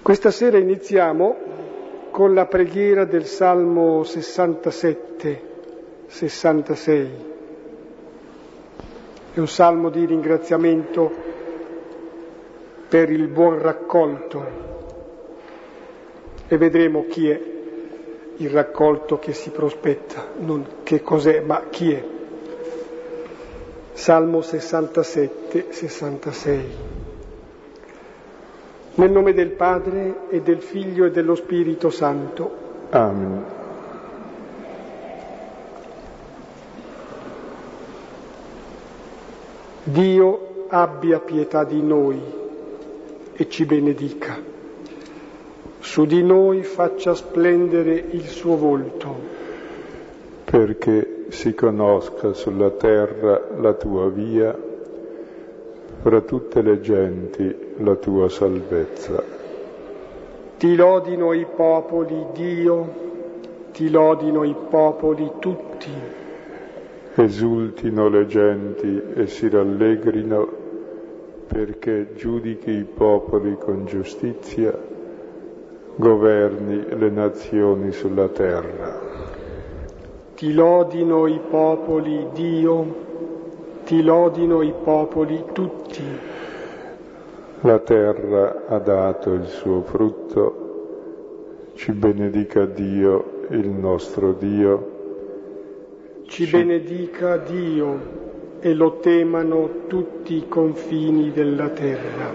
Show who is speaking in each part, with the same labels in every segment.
Speaker 1: Questa sera iniziamo con la preghiera del Salmo 67, 66. È un salmo di ringraziamento per il buon raccolto e vedremo chi è il raccolto che si prospetta, non che cos'è, ma chi è. Salmo 67, 66. Nel nome del Padre e del Figlio e dello Spirito Santo.
Speaker 2: Amen.
Speaker 1: Dio abbia pietà di noi e ci benedica. Su di noi faccia splendere il suo volto.
Speaker 2: Perché si conosca sulla terra la tua via, fra tutte le genti la tua salvezza.
Speaker 1: Ti lodino i popoli, Dio, ti lodino i popoli tutti.
Speaker 2: Esultino le genti e si rallegrino, perché giudichi i popoli con giustizia, governi le nazioni sulla terra.
Speaker 1: Ti lodino i popoli, Dio, ti lodino i popoli tutti.
Speaker 2: La terra ha dato il suo frutto, ci benedica Dio, il nostro Dio.
Speaker 1: Ci benedica Dio e lo temano tutti i confini della terra.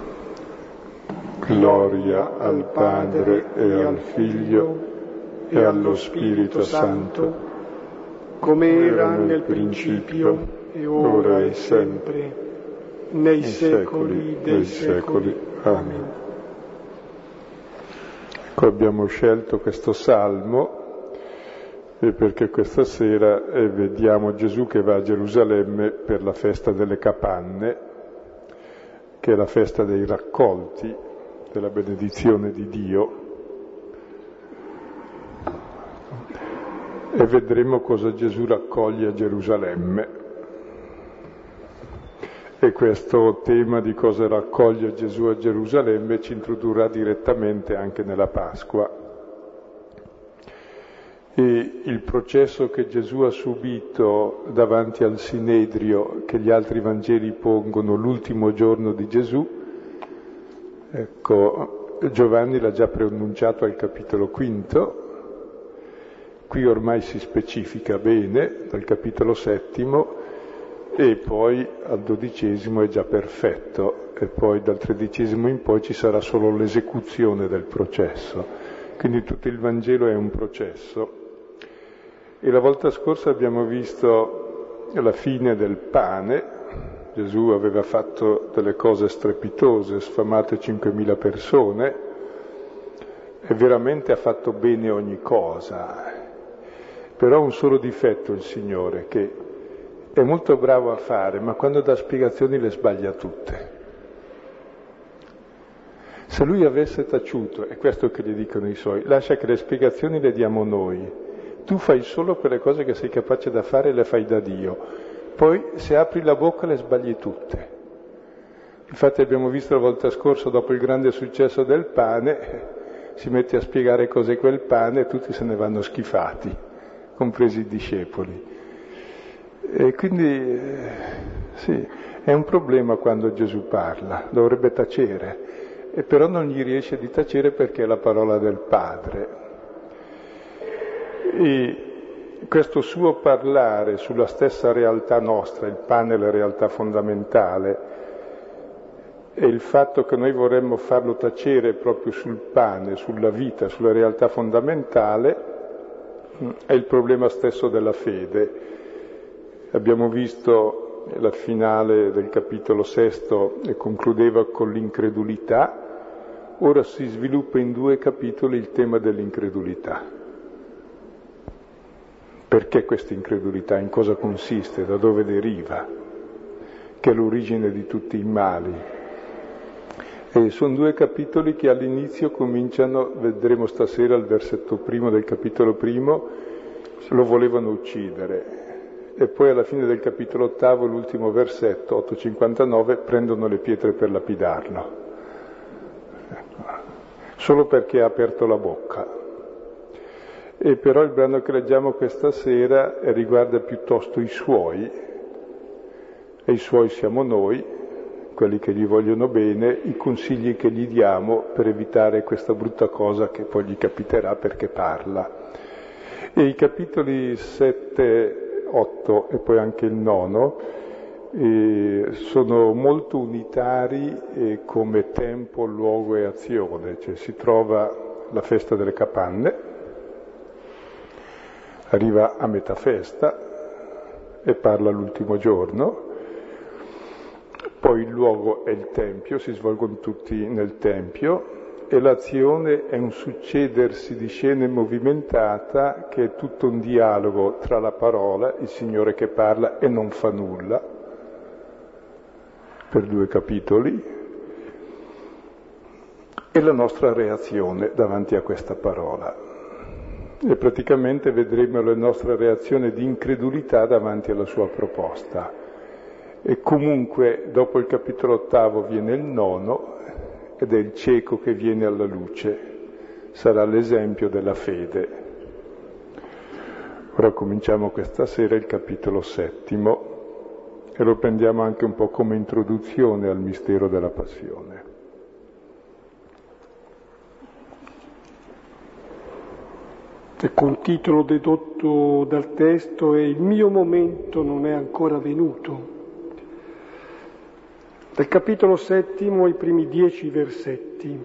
Speaker 2: Gloria al Padre e al Figlio e allo Spirito Santo,
Speaker 1: come era nel principio e ora e sempre, nei secoli dei secoli. Amen.
Speaker 2: Ecco, abbiamo scelto questo salmo perché questa sera vediamo Gesù che va a Gerusalemme per la festa delle capanne, che è la festa dei raccolti, della benedizione di Dio, e vedremo cosa Gesù raccoglie a Gerusalemme. E questo tema di cosa raccoglie Gesù a Gerusalemme ci introdurrà direttamente anche nella Pasqua. E il processo che Gesù ha subito davanti al Sinedrio, che gli altri Vangeli pongono l'ultimo giorno di Gesù, ecco, Giovanni l'ha già preannunciato al capitolo 5, qui ormai si specifica bene, dal capitolo 7, e poi al 12 è già perfetto, e poi dal 13 in poi ci sarà solo l'esecuzione del processo. Quindi tutto il Vangelo è un processo. E la volta scorsa abbiamo visto la fine del pane. Gesù aveva fatto delle cose strepitose, sfamate 5.000 persone, e veramente ha fatto bene ogni cosa. Però ha un solo difetto il Signore, che è molto bravo a fare, ma quando dà spiegazioni le sbaglia tutte. Se lui avesse taciuto, è questo che gli dicono i suoi, lascia che le spiegazioni le diamo noi, tu fai solo quelle cose che sei capace da fare e le fai da Dio, poi se apri la bocca le sbagli tutte. Infatti abbiamo visto la volta scorsa, dopo il grande successo del pane, si mette a spiegare cos'è quel pane e tutti se ne vanno schifati, compresi i discepoli. E quindi sì, è un problema quando Gesù parla, dovrebbe tacere, e però non gli riesce di tacere perché è la parola del Padre. E questo suo parlare sulla stessa realtà nostra, il pane è la realtà fondamentale, e il fatto che noi vorremmo farlo tacere proprio sul pane, sulla vita, sulla realtà fondamentale, è il problema stesso della fede. Abbiamo visto la finale del capitolo 6 e concludeva con l'incredulità, ora si sviluppa in 2 capitoli il tema dell'incredulità. Perché questa incredulità? In cosa consiste? Da dove deriva? Che è l'origine di tutti i mali. E sono 2 capitoli che all'inizio cominciano, vedremo stasera il versetto primo del capitolo 1, lo volevano uccidere. E poi alla fine del capitolo 8, l'ultimo versetto, 8:59, prendono le pietre per lapidarlo. solo perché ha aperto la bocca. E però il brano che leggiamo questa sera riguarda piuttosto i suoi, e i suoi siamo noi, quelli che gli vogliono bene, i consigli che gli diamo per evitare questa brutta cosa che poi gli capiterà perché parla. E i capitoli 7, 8 e poi anche il 9 sono molto unitari come tempo, luogo e azione, cioè si trova la festa delle capanne, arriva a metà festa e parla l'ultimo giorno, poi il luogo è il Tempio, si svolgono tutti nel Tempio, e l'azione è un succedersi di scene movimentata che è tutto un dialogo tra la parola, il Signore che parla e non fa nulla, per 2 capitoli, e la nostra reazione davanti a questa parola. E praticamente vedremo la nostra reazione di incredulità davanti alla sua proposta. E comunque dopo il capitolo 8 viene il 9 ed è il cieco che viene alla luce, sarà l'esempio della fede. Ora cominciamo questa sera il capitolo 7 e lo prendiamo anche un po' come introduzione al mistero della passione.
Speaker 1: Ecco, un titolo dedotto dal testo è "Il mio momento non è ancora venuto". Dal capitolo 7, i primi 10 versetti.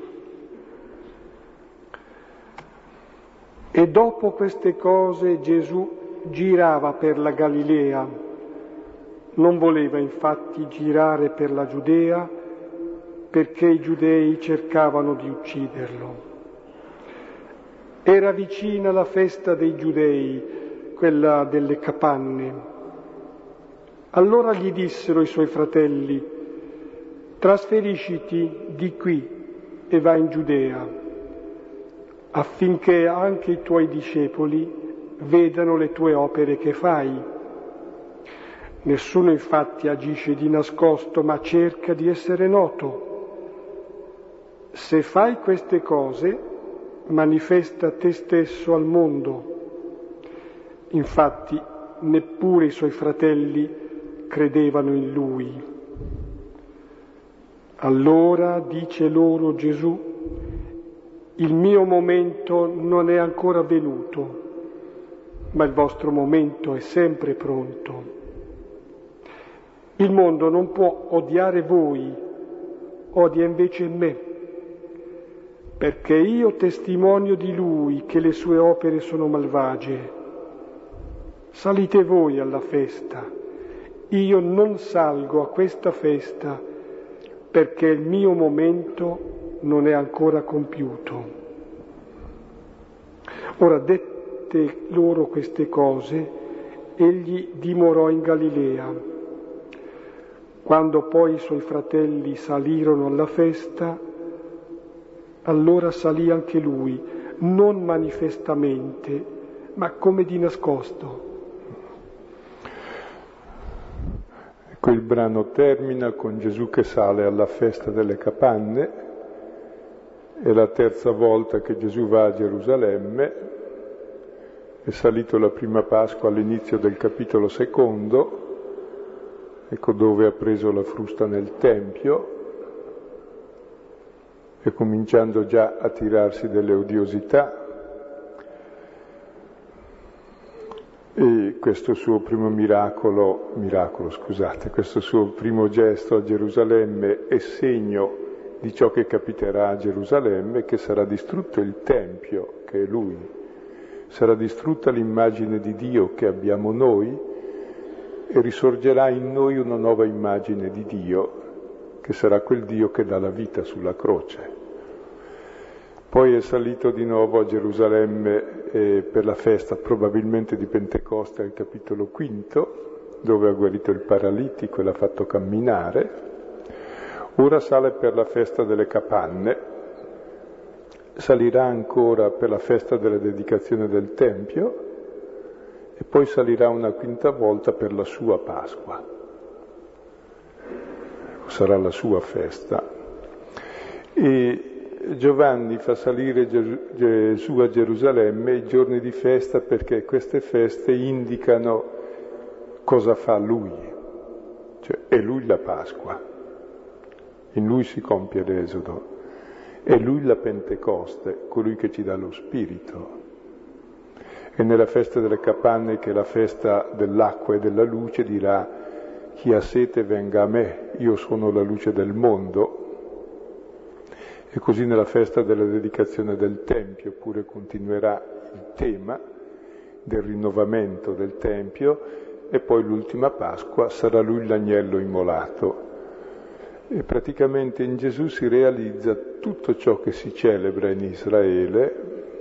Speaker 1: E dopo queste cose Gesù girava per la Galilea. Non voleva infatti girare per la Giudea, perché i giudei cercavano di ucciderlo. Era vicina la festa dei giudei, quella delle capanne. Allora gli dissero i suoi fratelli: trasferisciti di qui e vai in Giudea, affinché anche i tuoi discepoli vedano le tue opere che fai. Nessuno infatti agisce di nascosto, ma cerca di essere noto. Se fai queste cose, manifesta te stesso al mondo. Infatti neppure i suoi fratelli credevano in lui. Allora dice loro Gesù: il mio momento non è ancora venuto, ma il vostro momento è sempre pronto. Il mondo non può odiare voi, odia invece me, perché io testimonio di lui che le sue opere sono malvagie. Salite voi alla festa, io non salgo a questa festa, perché il mio momento non è ancora compiuto. Ora, dette loro queste cose, egli dimorò in Galilea. Quando poi i suoi fratelli salirono alla festa, allora salì anche lui, non manifestamente, ma come di nascosto.
Speaker 2: Ecco, il brano termina con Gesù che sale alla festa delle capanne, è la terza volta che Gesù va a Gerusalemme, è salito la prima Pasqua all'inizio del capitolo 2, ecco dove ha preso la frusta nel Tempio, e cominciando già a tirarsi delle odiosità, e questo suo primo questo suo primo gesto a Gerusalemme è segno di ciò che capiterà a Gerusalemme, che sarà distrutto il Tempio, che è Lui, sarà distrutta l'immagine di Dio che abbiamo noi e risorgerà in noi una nuova immagine di Dio, che sarà quel Dio che dà la vita sulla croce. Poi è salito di nuovo a Gerusalemme per la festa probabilmente di Pentecoste al capitolo 5, dove ha guarito il paralitico e l'ha fatto camminare. Ora sale per la festa delle capanne, salirà ancora per la festa della dedicazione del Tempio e poi salirà una quinta volta per la sua Pasqua. Sarà la sua festa. E Giovanni fa salire Gesù a Gerusalemme i giorni di festa perché queste feste indicano cosa fa Lui, cioè è Lui la Pasqua, in Lui si compie l'Esodo, è Lui la Pentecoste, colui che ci dà lo Spirito. E nella festa delle capanne, che è la festa dell'acqua e della luce, dirà: chi ha sete venga a me, io sono la luce del mondo. E così nella festa della dedicazione del Tempio pure continuerà il tema del rinnovamento del Tempio, e poi l'ultima Pasqua sarà Lui l'agnello immolato. E praticamente in Gesù si realizza tutto ciò che si celebra in Israele.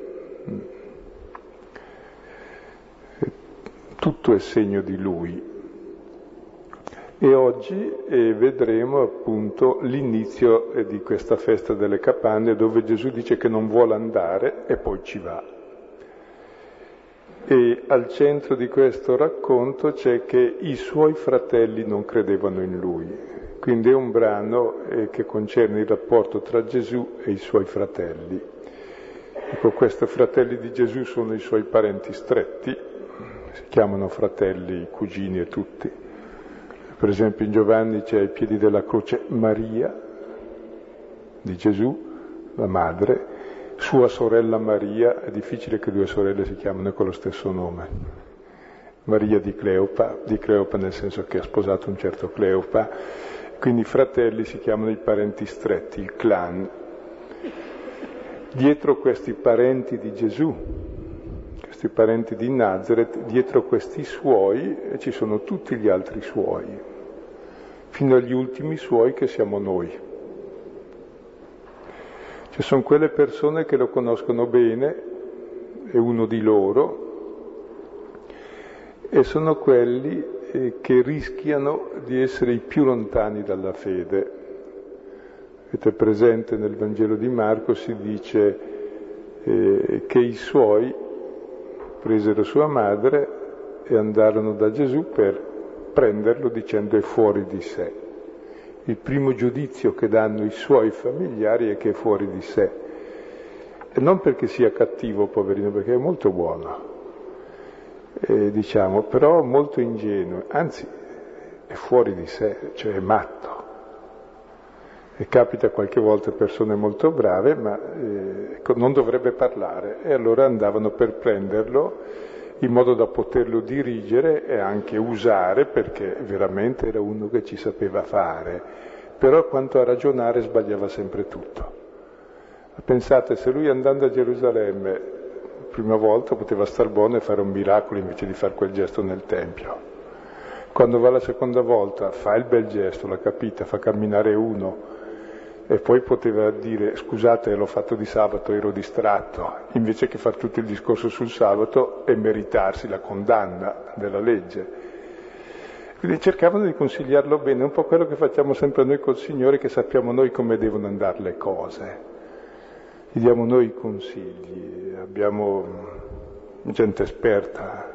Speaker 2: Tutto è segno di Lui. E oggi vedremo appunto l'inizio di questa festa delle capanne, dove Gesù dice che non vuole andare e poi ci va. E al centro di questo racconto c'è che i suoi fratelli non credevano in Lui. Quindi è un brano che concerne il rapporto tra Gesù e i suoi fratelli. Ecco, questi fratelli di Gesù sono i suoi parenti stretti, si chiamano fratelli, cugini e tutti. Per esempio in Giovanni c'è ai piedi della croce Maria di Gesù, la madre, sua sorella Maria, è difficile che due sorelle si chiamino con lo stesso nome, Maria di Cleopa nel senso che ha sposato un certo Cleopa, quindi i fratelli si chiamano i parenti stretti, il clan. Dietro questi parenti di Gesù, questi parenti di Nazareth, dietro questi suoi ci sono tutti gli altri suoi, fino agli ultimi suoi che siamo noi. Ci sono quelle persone che lo conoscono bene, è uno di loro, e sono quelli che rischiano di essere i più lontani dalla fede. Avete presente nel Vangelo di Marco si dice che i suoi presero sua madre e andarono da Gesù per prenderlo dicendo è fuori di sé. Il primo giudizio che danno i suoi familiari è che è fuori di sé. E non perché sia cattivo, poverino, perché è molto buono, diciamo, però molto ingenuo, anzi è fuori di sé, cioè è matto. E capita qualche volta persone molto brave, ma non dovrebbe parlare, e allora andavano per prenderlo in modo da poterlo dirigere e anche usare, perché veramente era uno che ci sapeva fare, però quanto a ragionare sbagliava sempre tutto. Pensate, se lui andando a Gerusalemme la prima volta poteva star buono e fare un miracolo invece di fare quel gesto nel Tempio, quando va la seconda volta fa il bel gesto, l'ha capita, fa camminare uno, e poi poteva dire scusate l'ho fatto di sabato, ero distratto, invece che far tutto il discorso sul sabato e meritarsi la condanna della legge. Quindi cercavano di consigliarlo bene, un po' quello che facciamo sempre noi col Signore, che sappiamo noi come devono andare le cose, gli diamo noi i consigli, abbiamo gente esperta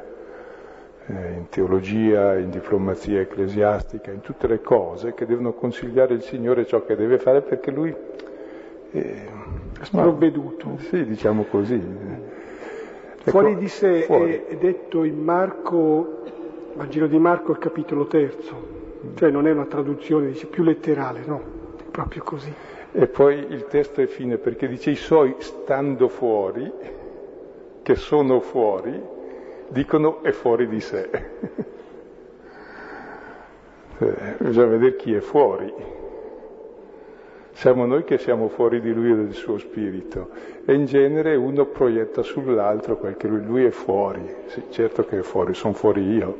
Speaker 2: in teologia, in diplomazia ecclesiastica, in tutte le cose, che devono consigliare il Signore ciò che deve fare, perché Lui è
Speaker 1: sprovveduto.
Speaker 2: Sì, diciamo così.
Speaker 1: Fuori di sé è detto in Marco, Vangelo di Marco, il capitolo 3, cioè non è una traduzione, dice più letterale, no, è proprio così.
Speaker 2: E poi il testo è fine, perché dice i suoi stando fuori, che sono fuori, dicono è fuori di sé. Bisogna vedere chi è fuori. Siamo noi che siamo fuori di lui e del suo spirito. E in genere uno proietta sull'altro quel che lui è fuori. Sì, certo che è fuori, sono fuori io.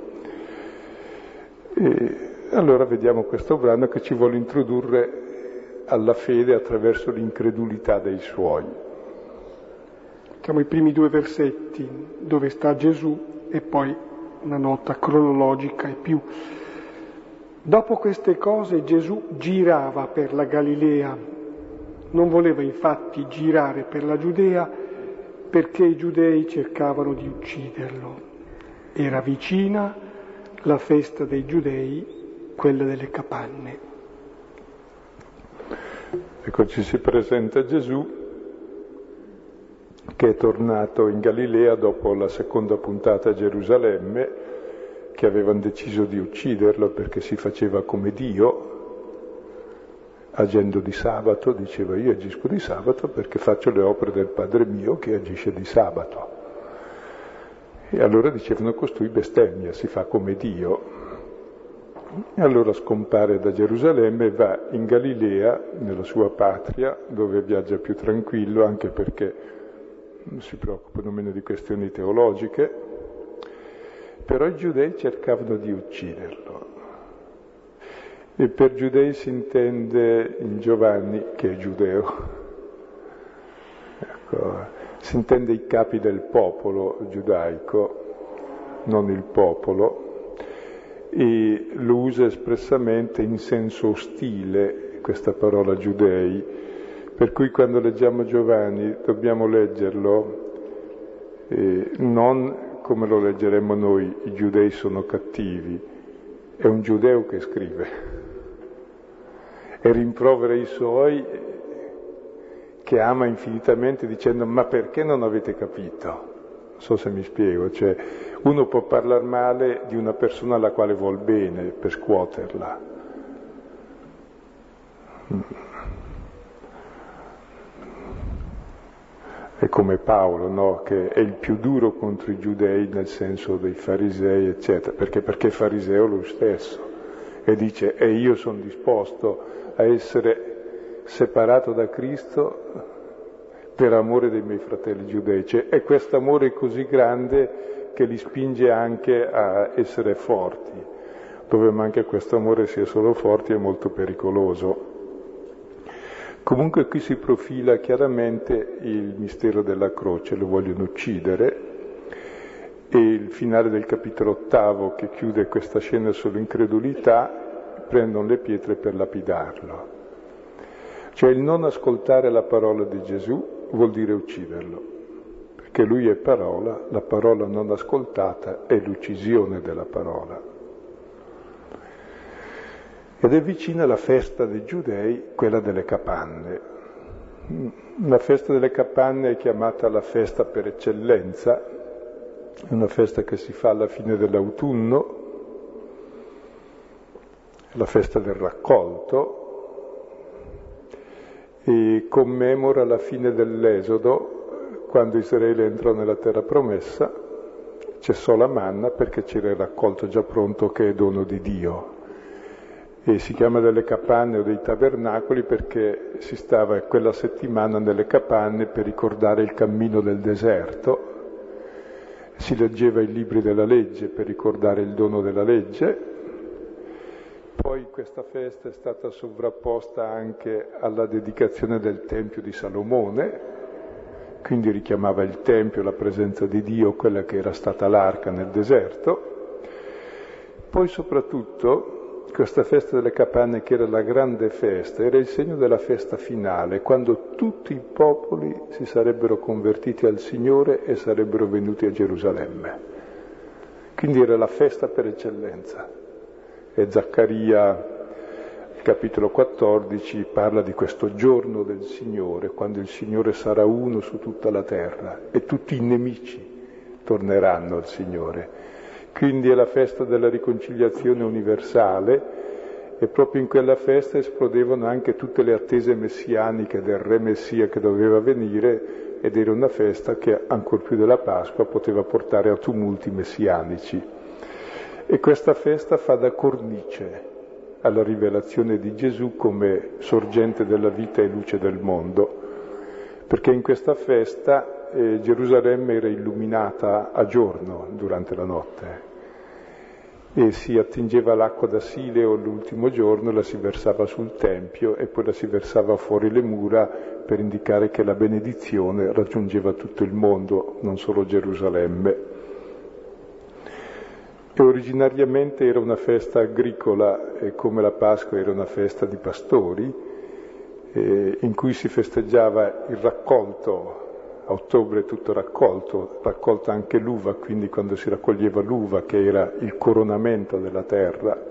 Speaker 2: E allora vediamo questo brano che ci vuole introdurre alla fede attraverso l'incredulità dei suoi.
Speaker 1: Siamo i primi due versetti dove sta Gesù e poi una nota cronologica e più. Dopo queste cose Gesù girava per la Galilea, non voleva infatti girare per la Giudea perché i giudei cercavano di ucciderlo. Era vicina la festa dei giudei, quella delle capanne.
Speaker 2: Ecco, ci si presenta Gesù che è tornato in Galilea dopo la seconda puntata a Gerusalemme, che avevano deciso di ucciderlo perché si faceva come Dio, agendo di sabato, diceva io agisco di sabato perché faccio le opere del Padre mio che agisce di sabato. E allora dicevano costui bestemmia, si fa come Dio. E allora scompare da Gerusalemme e va in Galilea, nella sua patria, dove viaggia più tranquillo, anche perché non si preoccupano meno di questioni teologiche. Però i giudei cercavano di ucciderlo. E per giudei si intende in Giovanni, che è giudeo, ecco, si intende i capi del popolo giudaico, non il popolo, e lo usa espressamente in senso ostile questa parola giudei, per cui quando leggiamo Giovanni dobbiamo leggerlo non come lo leggeremmo noi, i giudei sono cattivi, è un giudeo che scrive e rimprovera i suoi che ama infinitamente dicendo ma perché non avete capito? Non so se mi spiego, cioè uno può parlare male di una persona alla quale vuol bene per scuoterla. È come Paolo, no? Che è il più duro contro i giudei nel senso dei farisei, eccetera, perché è fariseo lui stesso. E dice, e io sono disposto a essere separato da Cristo per amore dei miei fratelli giudei. Cioè, è questo amore così grande che li spinge anche a essere forti. Dove manca questo amore sia solo forti è molto pericoloso. Comunque qui si profila chiaramente il mistero della croce, lo vogliono uccidere, e il finale del capitolo 8, che chiude questa scena sull'incredulità, prendono le pietre per lapidarlo. Cioè il non ascoltare la parola di Gesù vuol dire ucciderlo, perché lui è parola, la parola non ascoltata è l'uccisione della parola. Ed è vicina la festa dei giudei, quella delle capanne. La festa delle capanne è chiamata la festa per eccellenza, è una festa che si fa alla fine dell'autunno, la festa del raccolto, e commemora la fine dell'Esodo, quando Israele entrò nella terra promessa, cessò la manna perché c'era il raccolto già pronto che è dono di Dio. E si chiama delle capanne o dei tabernacoli perché si stava quella settimana nelle capanne per ricordare il cammino del deserto, si leggeva i libri della legge per ricordare il dono della legge, poi questa festa è stata sovrapposta anche alla dedicazione del Tempio di Salomone, quindi richiamava il Tempio, la presenza di Dio, quella che era stata l'arca nel deserto, poi soprattutto questa festa delle capanne, che era la grande festa, era il segno della festa finale, quando tutti i popoli si sarebbero convertiti al Signore e sarebbero venuti a Gerusalemme. Quindi era la festa per eccellenza. E Zaccaria, capitolo 14, parla di questo giorno del Signore, quando il Signore sarà uno su tutta la terra e tutti i nemici torneranno al Signore. Quindi è la festa della riconciliazione universale e proprio in quella festa esplodevano anche tutte le attese messianiche del Re Messia che doveva venire, ed era una festa che, ancor più della Pasqua, poteva portare a tumulti messianici. E questa festa fa da cornice alla rivelazione di Gesù come sorgente della vita e luce del mondo, perché in questa festa Gerusalemme era illuminata a giorno durante la notte e si attingeva l'acqua da Sileo l'ultimo giorno, la si versava sul Tempio e poi la si versava fuori le mura per indicare che la benedizione raggiungeva tutto il mondo, non solo Gerusalemme. E originariamente era una festa agricola, e come la Pasqua era una festa di pastori, in cui si festeggiava il raccolto. A ottobre tutto raccolta anche l'uva, quindi quando si raccoglieva l'uva, che era il coronamento della terra,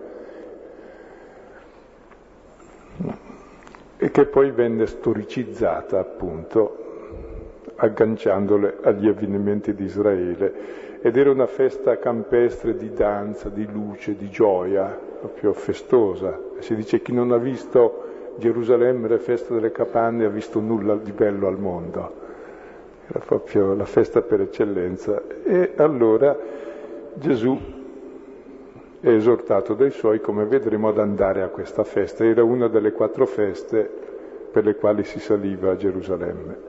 Speaker 2: e che poi venne storicizzata appunto agganciandole agli avvenimenti di Israele. Ed era una festa campestre di danza, di luce, di gioia, proprio festosa. Si dice chi non ha visto Gerusalemme, la festa delle capanne, ha visto nulla di bello al mondo. Era proprio la festa per eccellenza. E allora Gesù è esortato dai suoi, come vedremo, ad andare a questa festa. Era una delle 4 feste per le quali si saliva a Gerusalemme.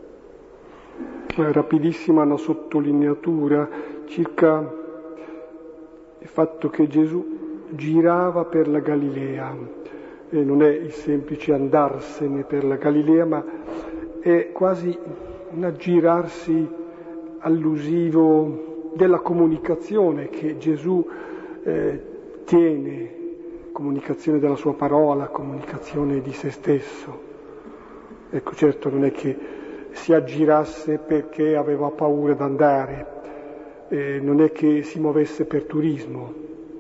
Speaker 1: Rapidissima una sottolineatura circa il fatto che Gesù girava per la Galilea. E non è il semplice andarsene per la Galilea, ma è quasi un aggirarsi allusivo della comunicazione che Gesù tiene, comunicazione della sua parola, comunicazione di se stesso. Ecco, certo non è che si aggirasse perché aveva paura d'andare, non è che si muovesse per turismo.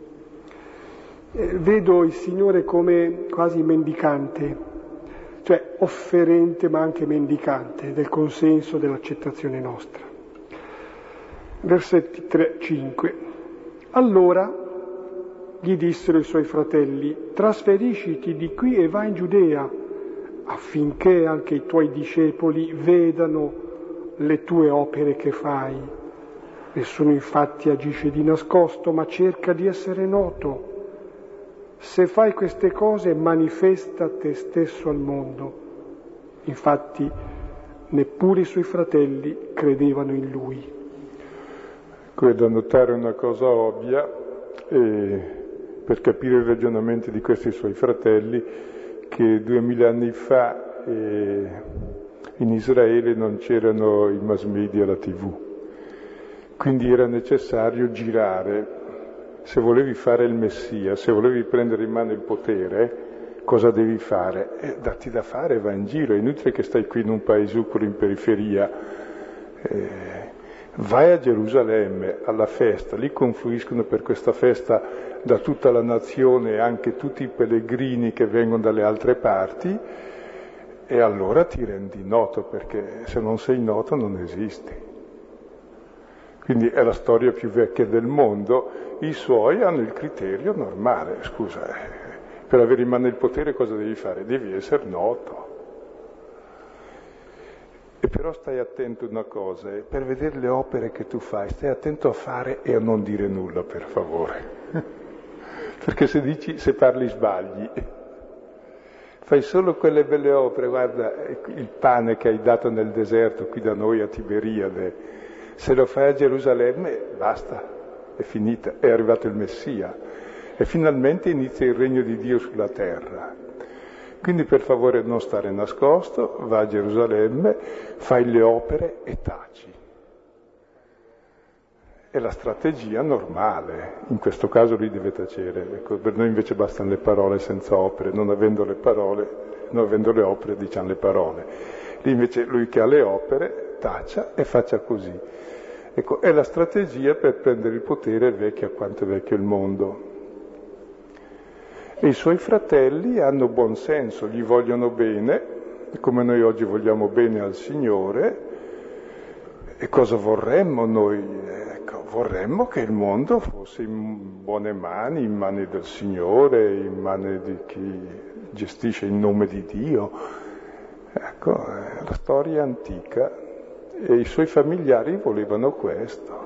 Speaker 1: Vedo il Signore come quasi mendicante, cioè offerente ma anche mendicante del consenso, dell'accettazione nostra. Versetti 3-5. Allora gli dissero i suoi fratelli: trasferisciti di qui e vai in Giudea, affinché anche i tuoi discepoli vedano le tue opere che fai. Nessuno infatti agisce di nascosto, ma cerca di essere noto. Se fai queste cose, manifesta te stesso al mondo. Infatti, neppure i suoi fratelli credevano in lui.
Speaker 2: Ecco, è da notare una cosa ovvia, per capire i ragionamenti di questi suoi fratelli, che 2000 anni fa in Israele non c'erano i mass media, la TV, quindi era necessario girare. Se volevi fare il Messia, se volevi prendere in mano il potere, cosa devi fare? Datti da fare, vai in giro, è inutile che stai qui in un paesucolo in periferia. Vai a Gerusalemme alla festa, lì confluiscono per questa festa da tutta la nazione anche tutti i pellegrini che vengono dalle altre parti, e allora ti rendi noto, perché se non sei noto non esisti. Quindi è la storia più vecchia del mondo. I suoi hanno il criterio normale, scusa, per avere in mano il potere cosa devi fare? Devi essere noto. E però stai attento a una cosa, per vedere le opere che tu fai, stai attento a fare e a non dire nulla, per favore. Perché se parli sbagli. Fai solo quelle belle opere, guarda il pane che hai dato nel deserto qui da noi a Tiberiade, se lo fai a Gerusalemme basta, è finita, è arrivato il Messia e finalmente inizia il regno di Dio sulla terra. Quindi per favore non stare nascosto, va a Gerusalemme, fai le opere e taci. È la strategia normale, in questo caso lui deve tacere, ecco, per noi invece bastano le parole senza opere, non avendo le opere diciamo le parole. Lì invece lui che ha le opere taccia e faccia così. Ecco, è la strategia per prendere il potere vecchia quanto è vecchio il mondo. E i suoi fratelli hanno buon senso, gli vogliono bene, come noi oggi vogliamo bene al Signore. E cosa vorremmo noi? Ecco, vorremmo che il mondo fosse in buone mani, in mani del Signore, in mani di chi gestisce il nome di Dio. Ecco, è la storia antica e i suoi familiari volevano questo.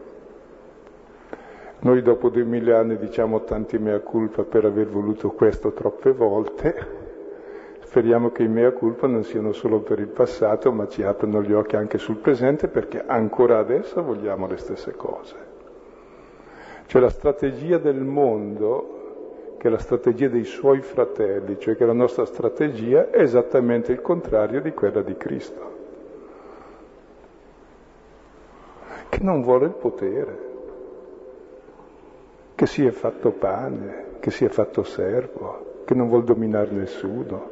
Speaker 2: Noi dopo 2000 anni diciamo tanti mea culpa per aver voluto questo troppe volte. Speriamo che i mea culpa non siano solo per il passato, ma ci aprano gli occhi anche sul presente, perché ancora adesso vogliamo le stesse cose. Cioè la strategia del mondo, che è la strategia dei suoi fratelli, cioè che la nostra strategia è esattamente il contrario di quella di Cristo, che non vuole il potere, che si è fatto pane, che si è fatto servo, che non vuol dominare nessuno.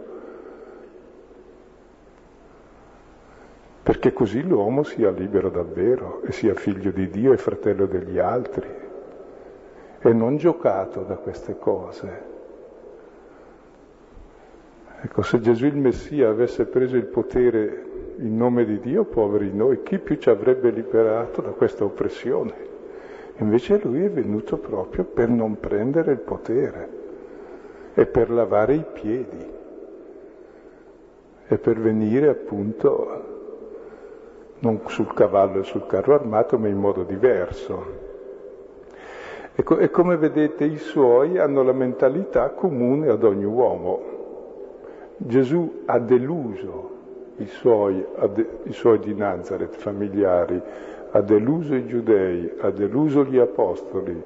Speaker 2: Perché così l'uomo sia libero davvero e sia figlio di Dio e fratello degli altri e non giocato da queste cose. Ecco, se Gesù il Messia avesse preso il potere in nome di Dio, poveri noi, chi più ci avrebbe liberato da questa oppressione? Invece lui è venuto proprio per non prendere il potere e per lavare i piedi e per venire appunto non sul cavallo e sul carro armato, ma in modo diverso. E come vedete i suoi hanno la mentalità comune ad ogni uomo. Gesù ha deluso i suoi di Nazaret familiari, ha deluso i giudei, ha deluso gli apostoli,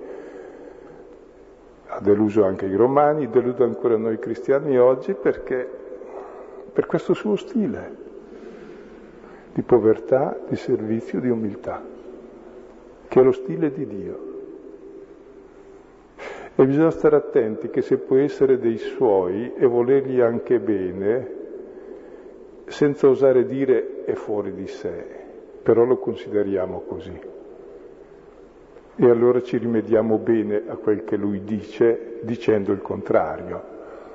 Speaker 2: ha deluso anche i romani, delude ancora noi cristiani oggi perché per questo suo stile di povertà, di servizio, di umiltà, che è lo stile di Dio. E bisogna stare attenti che se può essere dei suoi e volergli anche bene, senza osare dire è fuori di sé, però lo consideriamo così. E allora ci rimediamo bene a quel che lui dice, dicendo il contrario.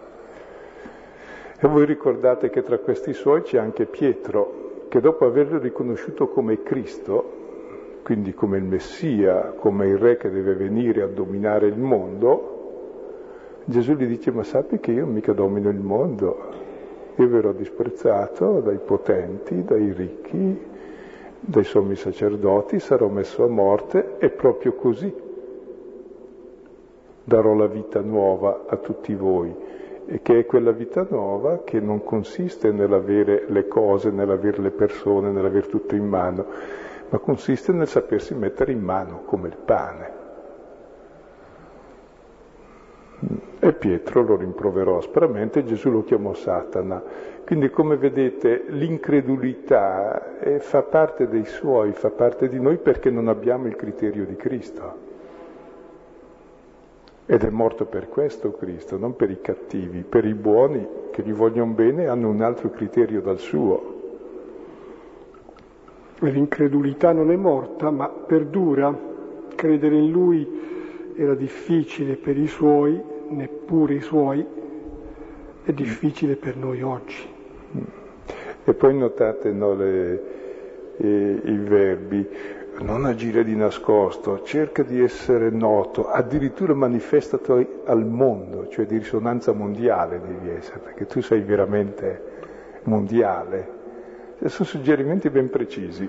Speaker 2: E voi ricordate che tra questi suoi c'è anche Pietro, che dopo averlo riconosciuto come Cristo, quindi come il Messia, come il Re che deve venire a dominare il mondo, Gesù gli dice: ma sappi che io mica domino il mondo, io verrò disprezzato dai potenti, dai ricchi, dai sommi sacerdoti, sarò messo a morte e proprio così darò la vita nuova a tutti voi. E che è quella vita nuova che non consiste nell'avere le cose, nell'avere le persone, nell'avere tutto in mano, ma consiste nel sapersi mettere in mano come il pane. E Pietro lo rimproverò aspramente e Gesù lo chiamò Satana. Quindi, come vedete, l'incredulità fa parte dei suoi, fa parte di noi perché non abbiamo il criterio di Cristo. Ed è morto per questo Cristo, non per i cattivi, per i buoni che gli vogliono bene hanno un altro criterio dal suo.
Speaker 1: L'incredulità non è morta, ma perdura. Credere in lui era difficile per i suoi, neppure i suoi, è difficile per noi oggi.
Speaker 2: E poi notate i verbi: non agire di nascosto, cerca di essere noto, addirittura manifestati al mondo, cioè di risonanza mondiale devi essere, perché tu sei veramente mondiale. Sono suggerimenti ben precisi.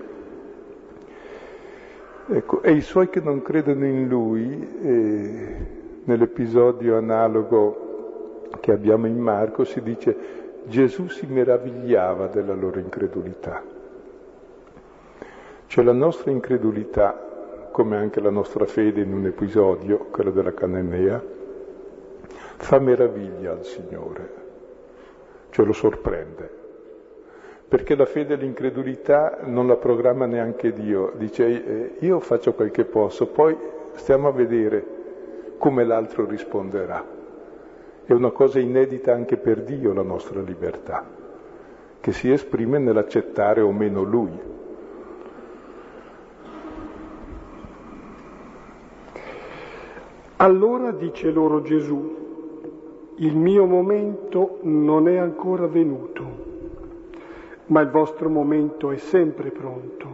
Speaker 2: Ecco, e i suoi che non credono in lui, nell'episodio analogo che abbiamo in Marco, si dice: Gesù si meravigliava della loro incredulità. Cioè la nostra incredulità, come anche la nostra fede in un episodio, quello della Cananea, fa meraviglia al Signore, cioè lo sorprende. Perché la fede e l'incredulità non la programma neanche Dio, dice io faccio quel che posso, poi stiamo a vedere come l'altro risponderà. È una cosa inedita anche per Dio la nostra libertà, che si esprime nell'accettare o meno Lui.
Speaker 1: Allora dice loro Gesù: il mio momento non è ancora venuto, ma il vostro momento è sempre pronto.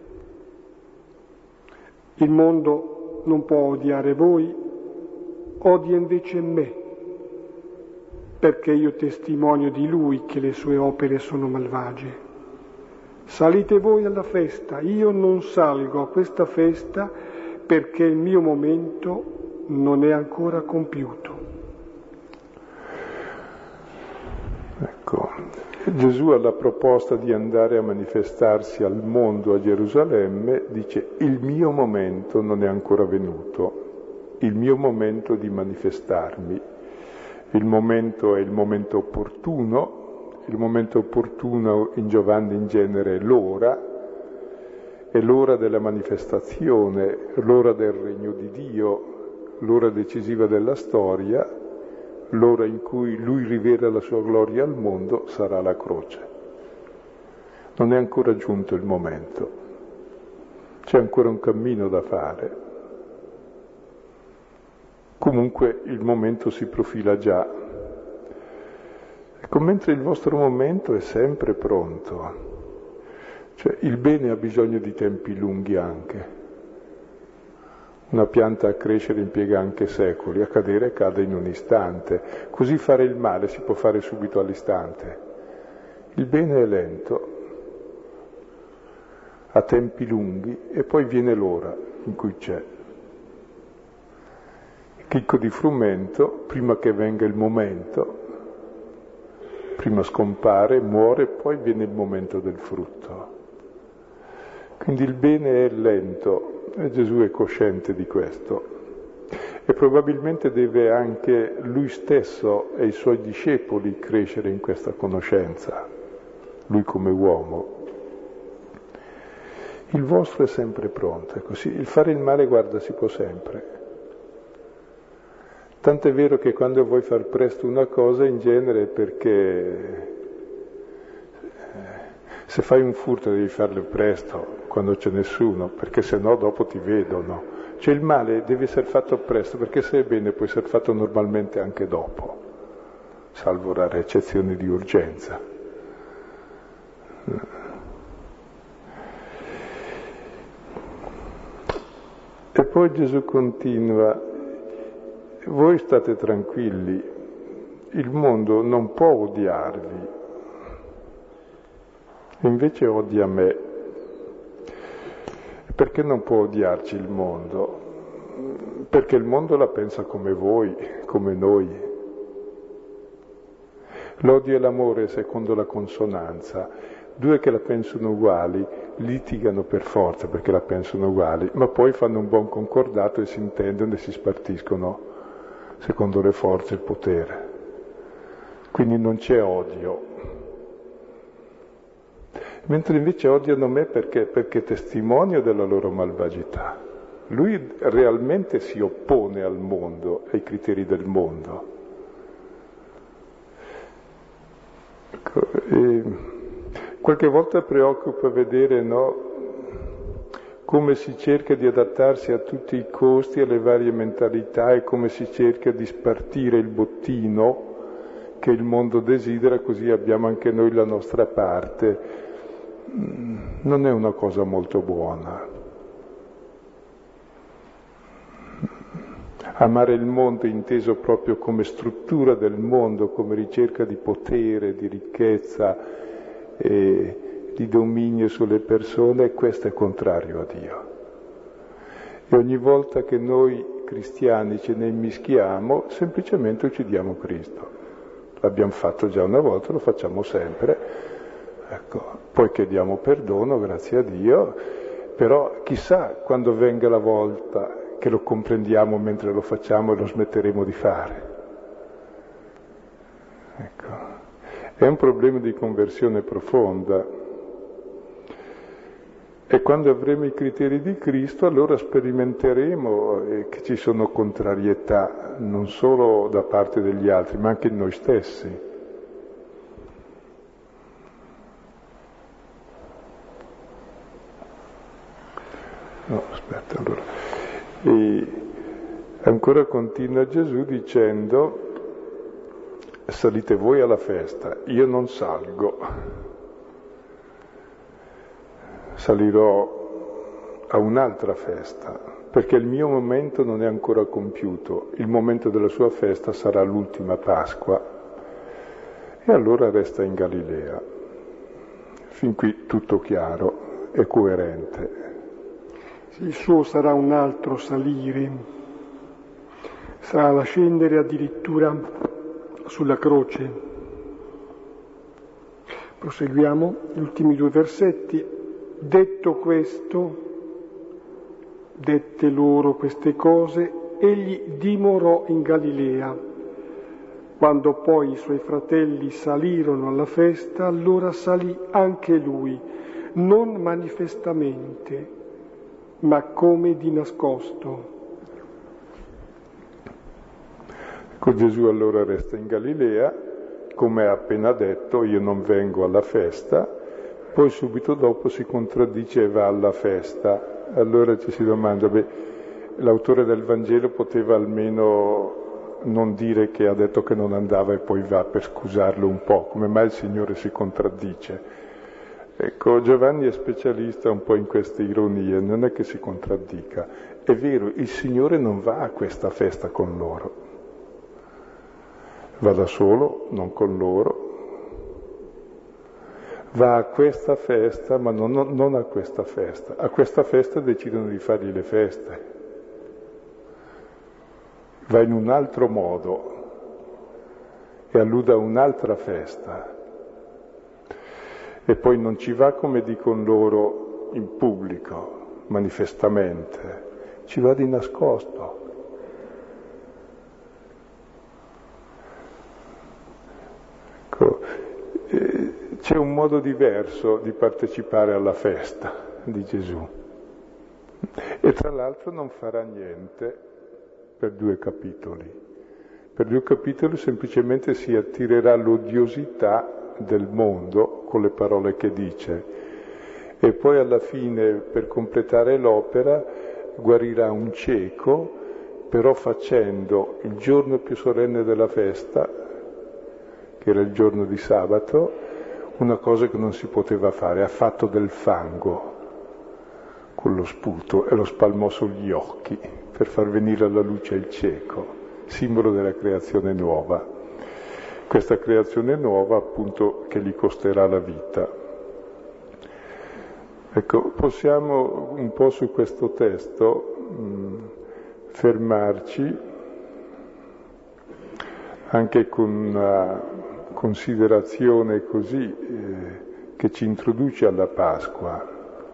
Speaker 1: Il mondo non può odiare voi, odia invece me, perché io testimonio di lui che le sue opere sono malvagie. Salite voi alla festa, io non salgo a questa festa perché il mio momento non è ancora compiuto.
Speaker 2: Ecco, Gesù alla proposta di andare a manifestarsi al mondo a Gerusalemme dice: il mio momento non è ancora venuto, il mio momento di manifestarmi. Il momento è il momento opportuno, il momento opportuno in Giovanni in genere è l'ora della manifestazione, l'ora del regno di Dio, l'ora decisiva della storia, l'ora in cui lui rivela la sua gloria al mondo sarà la croce. Non è ancora giunto il momento, c'è ancora un cammino da fare. Comunque il momento si profila già. Ecco, mentre il vostro momento è sempre pronto. Cioè il bene ha bisogno di tempi lunghi anche. Una pianta a crescere impiega anche secoli, a cadere cade in un istante. Così fare il male si può fare subito all'istante. Il bene è lento, ha tempi lunghi e poi viene l'ora in cui c'è. Il chicco di frumento, prima che venga il momento, prima scompare, muore, poi viene il momento del frutto. Quindi il bene è lento e Gesù è cosciente di questo e probabilmente deve anche lui stesso e i suoi discepoli crescere in questa conoscenza, lui come uomo. Il vostro è sempre pronto, è così. Il fare il male, guarda, si può sempre. Tant'è vero che quando vuoi far presto una cosa, in genere è perché se fai un furto devi farlo presto, quando c'è nessuno, perché sennò dopo ti vedono. Cioè il male deve essere fatto presto, perché se è bene può essere fatto normalmente anche dopo, salvo rare eccezioni di urgenza. E poi Gesù continua: voi state tranquilli, il mondo non può odiarvi, invece odia me. Perché non può odiarci il mondo? Perché il mondo la pensa come voi, come noi. L'odio e l'amore secondo la consonanza. Due che la pensano uguali litigano per forza perché la pensano uguali, ma poi fanno un buon concordato e si intendono e si spartiscono secondo le forze e il potere. Quindi non c'è odio. Mentre invece odiano me perché testimonio della loro malvagità. Lui realmente si oppone al mondo, ai criteri del mondo. Ecco, qualche volta preoccupa vedere, no, come si cerca di adattarsi a tutti i costi, alle varie mentalità e come si cerca di spartire il bottino che il mondo desidera, così abbiamo anche noi la nostra parte. Non è una cosa molto buona. Amare il mondo inteso proprio come struttura del mondo, come ricerca di potere, di ricchezza e di dominio sulle persone, questo è contrario a Dio. E ogni volta che noi cristiani ce ne immischiamo, semplicemente uccidiamo Cristo. L'abbiamo fatto già una volta, lo facciamo sempre. Ecco, poi chiediamo perdono, grazie a Dio, però chissà quando venga la volta che lo comprendiamo mentre lo facciamo e lo smetteremo di fare. Ecco, è un problema di conversione profonda. E quando avremo i criteri di Cristo, allora sperimenteremo che ci sono contrarietà, non solo da parte degli altri, ma anche in noi stessi. No, aspetta, allora. E ancora continua Gesù dicendo: salite voi alla festa, io non salgo. Salirò a un'altra festa, perché il mio momento non è ancora compiuto, il momento della sua festa sarà l'ultima Pasqua. E allora resta in Galilea. Fin qui tutto chiaro e coerente.
Speaker 1: Il suo sarà un altro salire, sarà la scendere addirittura sulla croce. Proseguiamo gli ultimi 2 versetti. Detto questo, dette loro queste cose, egli dimorò in Galilea. Quando poi i suoi fratelli salirono alla festa, allora salì anche lui, non manifestamente, ma come di nascosto.
Speaker 2: Ecco, Gesù allora resta in Galilea, come ha appena detto, io non vengo alla festa, poi subito dopo si contraddice e va alla festa. Allora ci si domanda, l'autore del Vangelo poteva almeno non dire che ha detto che non andava e poi va per scusarlo un po', come mai il Signore si contraddice? Ecco, Giovanni è specialista un po' in queste ironie, non è che si contraddica. È vero, il Signore non va a questa festa con loro, va da solo, non con loro. Va a questa festa, ma non a questa festa. A questa festa decidono di fargli le feste. Va in un altro modo e allude a un'altra festa. E poi non ci va come dicono loro in pubblico, manifestamente, ci va di nascosto. Ecco, c'è un modo diverso di partecipare alla festa di Gesù. E tra l'altro non farà niente per 2 capitoli. Per 2 capitoli semplicemente si attirerà l'odiosità del mondo con le parole che dice e poi alla fine, per completare l'opera, guarirà un cieco, però facendo il giorno più solenne della festa, che era il giorno di sabato, una cosa che non si poteva fare: ha fatto del fango con lo sputo e lo spalmò sugli occhi per far venire alla luce il cieco, simbolo della creazione nuova. Questa creazione nuova, appunto, che gli costerà la vita. Ecco, possiamo un po' su questo testo fermarci anche con una considerazione così che ci introduce alla Pasqua.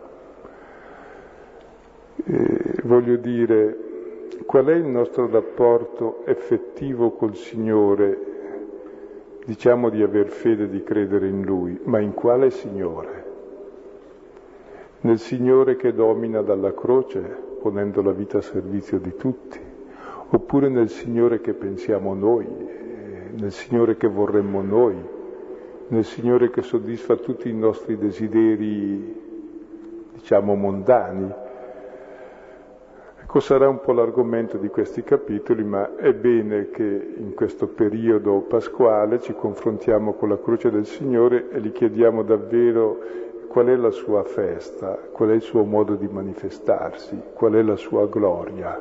Speaker 2: Voglio dire, qual è il nostro rapporto effettivo col Signore? Diciamo di aver fede, di credere in Lui, ma in quale Signore? Nel Signore che domina dalla croce, ponendo la vita a servizio di tutti, oppure nel Signore che pensiamo noi, nel Signore che vorremmo noi, nel Signore che soddisfa tutti i nostri desideri, diciamo, mondani. Ecco, sarà un po' l'argomento di questi capitoli, ma è bene che in questo periodo pasquale ci confrontiamo con la croce del Signore e gli chiediamo davvero qual è la sua festa, qual è il suo modo di manifestarsi, qual è la sua gloria.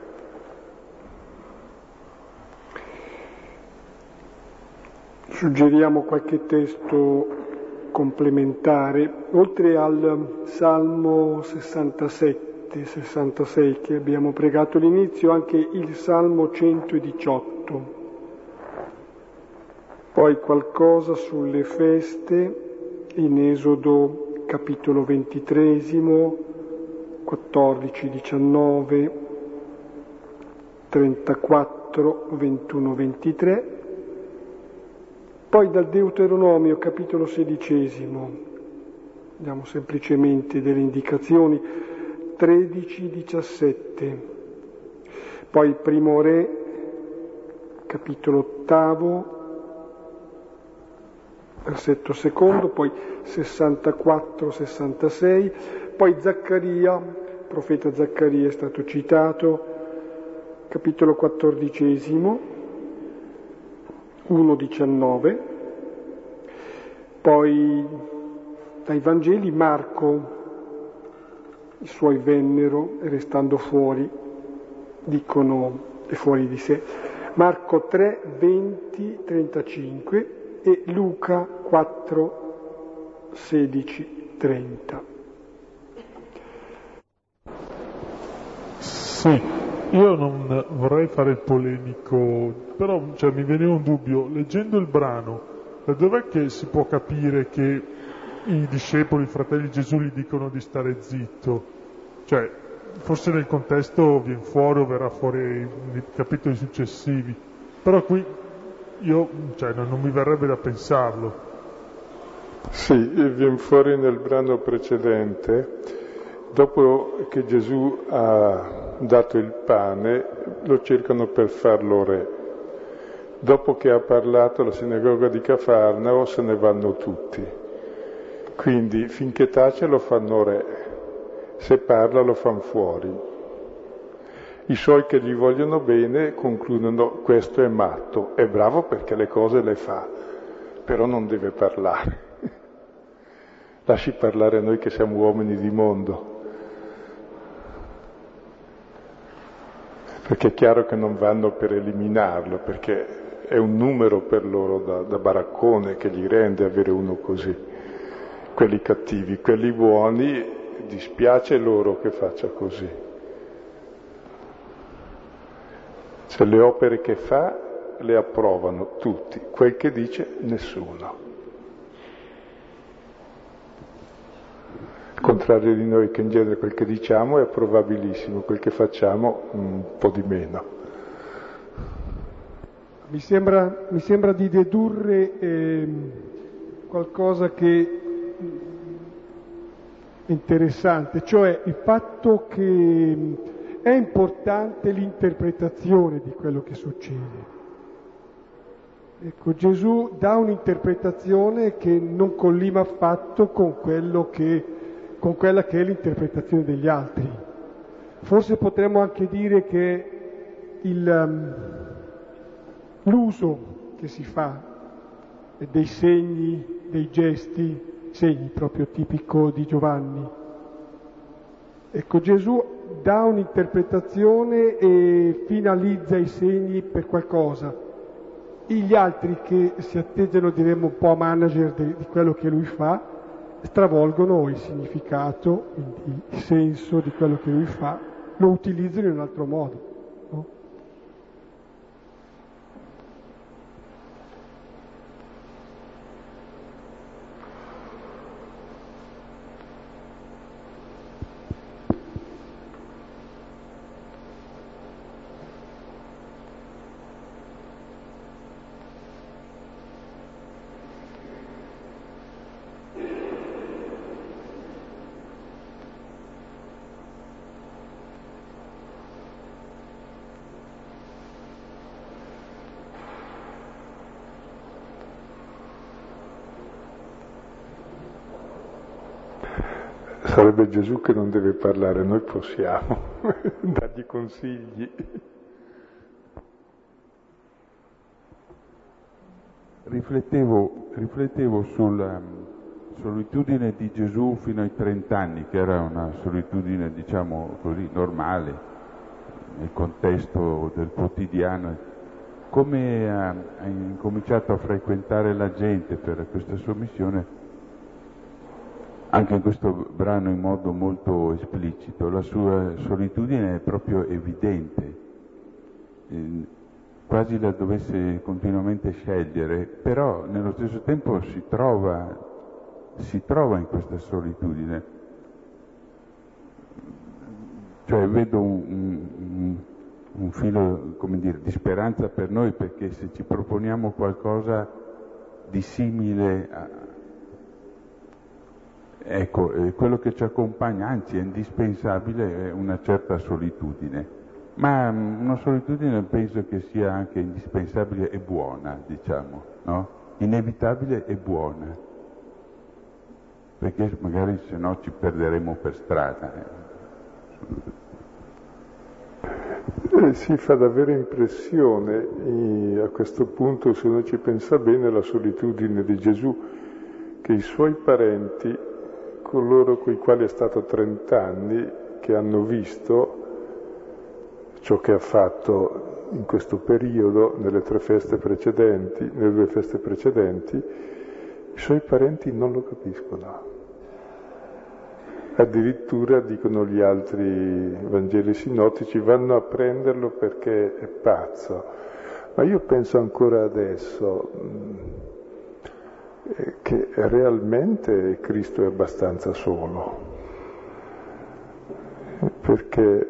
Speaker 1: Suggeriamo qualche testo complementare, oltre al Salmo 66 che abbiamo pregato all'inizio, anche il Salmo 118, poi qualcosa sulle feste in Esodo capitolo 23, 14, 19, 34, 21, 23, poi dal Deuteronomio capitolo 16, diamo semplicemente delle indicazioni, 13, 17, poi Primo Re, capitolo 8, versetto 2, poi 64, 66, poi Zaccaria, profeta Zaccaria è stato citato, capitolo 14, 1, 19, poi dai Vangeli Marco, i suoi vennero e restando fuori, dicono, è fuori di sé. Marco 3, 20, 35 e Luca 4, 16, 30.
Speaker 3: Sì, io non vorrei fare il polemico, però mi veniva un dubbio, leggendo il brano, da dov'è che si può capire che i discepoli, i fratelli di Gesù gli dicono di stare zitto? Cioè, forse nel contesto viene fuori o verrà fuori nei capitoli successivi, però qui non mi verrebbe da pensarlo.
Speaker 2: Sì, viene fuori nel brano precedente, dopo che Gesù ha dato il pane, lo cercano per farlo re. Dopo che ha parlato alla sinagoga di Cafarnao se ne vanno tutti. Quindi finché tace lo fanno re, se parla lo fanno fuori. I suoi che gli vogliono bene concludono: questo è matto, è bravo perché le cose le fa, però non deve parlare. Lasci parlare noi che siamo uomini di mondo. Perché è chiaro che non vanno per eliminarlo, perché è un numero per loro da baraccone che gli rende avere uno così. Quelli cattivi, quelli buoni, dispiace loro che faccia così. Cioè le opere che fa le approvano tutti, quel che dice nessuno. Al contrario di noi, che in genere quel che diciamo è approvabilissimo, quel che facciamo un po' di meno.
Speaker 1: Mi sembra di dedurre qualcosa che è interessante, cioè il fatto che è importante l'interpretazione di quello che succede. Ecco, Gesù dà un'interpretazione che non collima affatto con quella che è l'interpretazione degli altri. Forse potremmo anche dire che l'uso che si fa dei segni, dei gesti, segni proprio tipico di Giovanni. Ecco, Gesù dà un'interpretazione e finalizza i segni per qualcosa. Gli altri che si atteggiano, diremmo, un po' a manager di quello che lui fa, stravolgono il significato, quindi il senso di quello che lui fa, lo utilizzano in un altro modo. No?
Speaker 2: Sarebbe Gesù che non deve parlare, noi possiamo dargli consigli.
Speaker 4: Riflettevo sulla solitudine di Gesù fino ai 30 anni, che era una solitudine, diciamo così, normale, nel contesto del quotidiano. Come ha incominciato a frequentare la gente per questa sua missione, anche in questo brano in modo molto esplicito, la sua solitudine è proprio evidente, quasi la dovesse continuamente scegliere, però nello stesso tempo si trova in questa solitudine. Cioè vedo un filo, come dire, di speranza per noi, perché se ci proponiamo qualcosa di simile ecco, quello che ci accompagna, anzi è indispensabile, è una certa solitudine, ma una solitudine penso che sia anche indispensabile e buona, diciamo, no? Inevitabile e buona, perché magari se no ci perderemo per strada.
Speaker 2: Si fa davvero impressione a questo punto, se uno ci pensa bene, la solitudine di Gesù, che i suoi parenti, coloro con i quali è stato 30 anni, che hanno visto ciò che ha fatto in questo periodo, nelle 2 feste precedenti, i suoi parenti non lo capiscono. Addirittura, dicono gli altri Vangeli sinottici, vanno a prenderlo perché è pazzo. Ma io penso ancora adesso che realmente Cristo è abbastanza solo, perché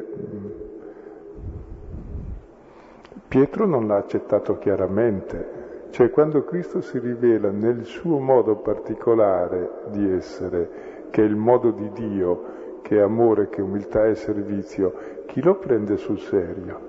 Speaker 2: Pietro non l'ha accettato chiaramente, cioè quando Cristo si rivela nel suo modo particolare di essere, che è il modo di Dio, che è amore, che è umiltà e servizio, chi lo prende sul serio?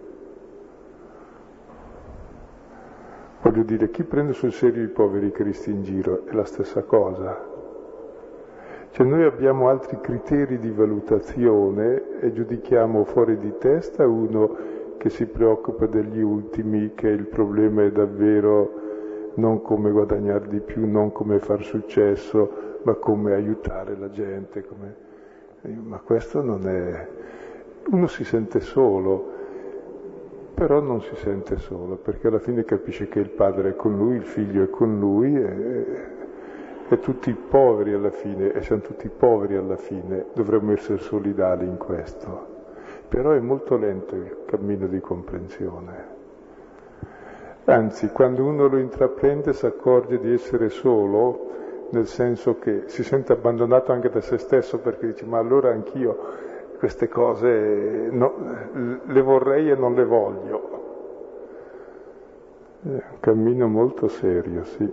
Speaker 2: Voglio dire, chi prende sul serio i poveri cristi in giro è la stessa cosa. Cioè noi abbiamo altri criteri di valutazione e giudichiamo fuori di testa uno che si preoccupa degli ultimi, che il problema è davvero non come guadagnare di più, non come far successo, ma come aiutare la gente, ma questo non è... Uno si sente solo, però non si sente solo, perché alla fine capisce che il padre è con lui, il figlio è con lui, e tutti poveri alla fine, e siamo tutti poveri alla fine, dovremmo essere solidali in questo. Però è molto lento il cammino di comprensione. Anzi, quando uno lo intraprende si accorge di essere solo, nel senso che si sente abbandonato anche da se stesso, perché dice, ma allora anch'io queste cose le vorrei e non le voglio. È un cammino molto serio, sì.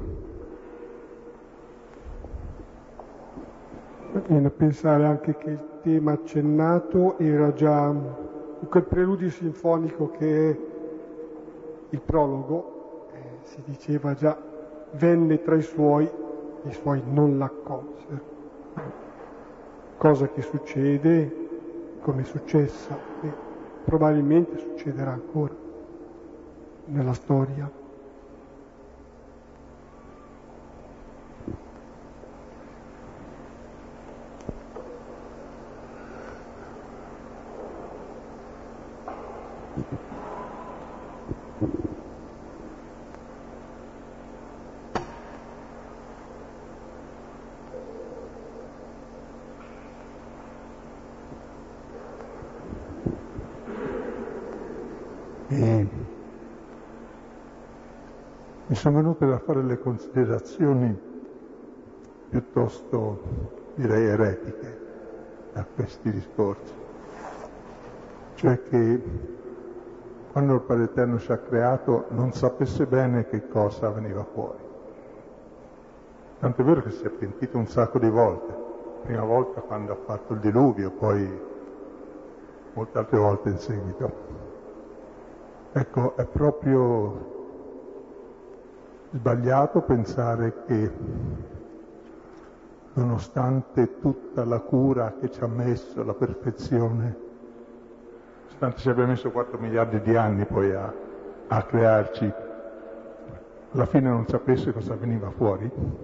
Speaker 1: Viene a pensare anche che il tema accennato era già in quel preludio sinfonico che è il prologo, si diceva già, venne tra i suoi non l'accolsero. Cosa che succede, come è successa, e probabilmente succederà ancora nella storia.
Speaker 5: Mi sono venute da fare le considerazioni piuttosto, direi, eretiche a questi discorsi. Cioè che quando il Padre Eterno ci ha creato non sapesse bene che cosa veniva fuori. Tanto è vero che si è pentito un sacco di volte. Prima volta quando ha fatto il diluvio, poi molte altre volte in seguito. Ecco, è proprio sbagliato pensare che nonostante tutta la cura che ci ha messo, la perfezione, nonostante ci abbia messo 4 miliardi di anni poi a crearci, alla fine non sapesse cosa veniva fuori?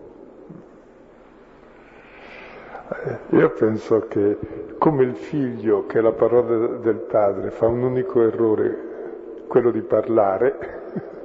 Speaker 2: Io penso che come il figlio, che è la parola del padre, fa un unico errore, quello di parlare,